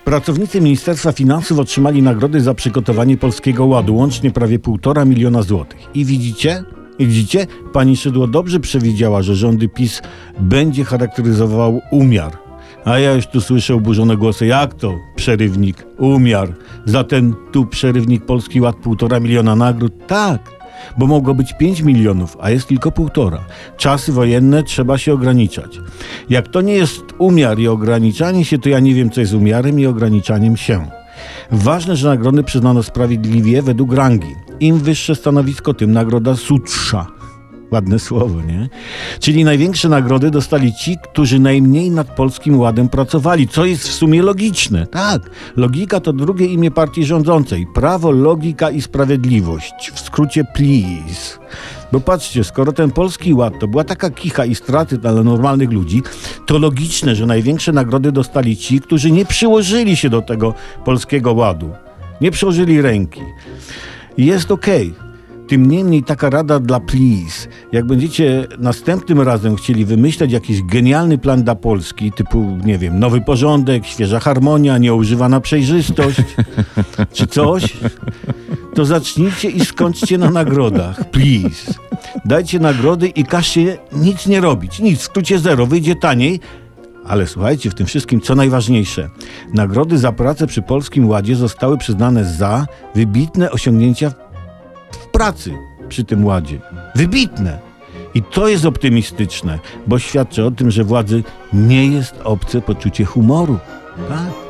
Pracownicy Ministerstwa Finansów otrzymali nagrody za przygotowanie Polskiego Ładu, łącznie prawie 1,5 miliona złotych. I widzicie? Pani Szydło dobrze przewidziała, że rządy PiS będzie charakteryzował umiar. A ja już tu słyszę oburzone głosy. Jak to? Przerywnik, umiar. Za ten tu przerywnik Polski Ład 1,5 miliona nagród? Tak, bo mogło być 5 milionów, a jest tylko 1,5. Czasy wojenne, trzeba się ograniczać. Jak to nie jest umiar i ograniczanie się, to ja nie wiem, co jest umiarem i ograniczaniem się. Ważne, że nagrody przyznano sprawiedliwie według rangi. Im wyższe stanowisko, tym nagroda sutsza. Ładne słowo, nie? Czyli największe nagrody dostali ci, którzy najmniej nad Polskim Ładem pracowali, co jest w sumie logiczne. Tak, logika to drugie imię partii rządzącej. Prawo, logika i sprawiedliwość. W skrócie please. Bo patrzcie, skoro ten Polski Ład to była taka kicha i straty dla normalnych ludzi, to logiczne, że największe nagrody dostali ci, którzy nie przyłożyli się do tego Polskiego Ładu. Nie przyłożyli ręki. Jest okej. Tym niemniej taka rada dla please. Jak będziecie następnym razem chcieli wymyślać jakiś genialny plan dla Polski, typu, nie wiem, nowy porządek, świeża harmonia, nieużywana przejrzystość, czy coś, to zacznijcie i skończcie na nagrodach. Please. Dajcie nagrody i każcie nic nie robić. Nic, w skrócie zero. Wyjdzie taniej. Ale słuchajcie, w tym wszystkim co najważniejsze. Nagrody za pracę przy Polskim Ładzie zostały przyznane za wybitne osiągnięcia w pracy przy tym ładzie. Wybitne. I to jest optymistyczne, bo świadczy o tym, że władzy nie jest obce poczucie humoru. Tak?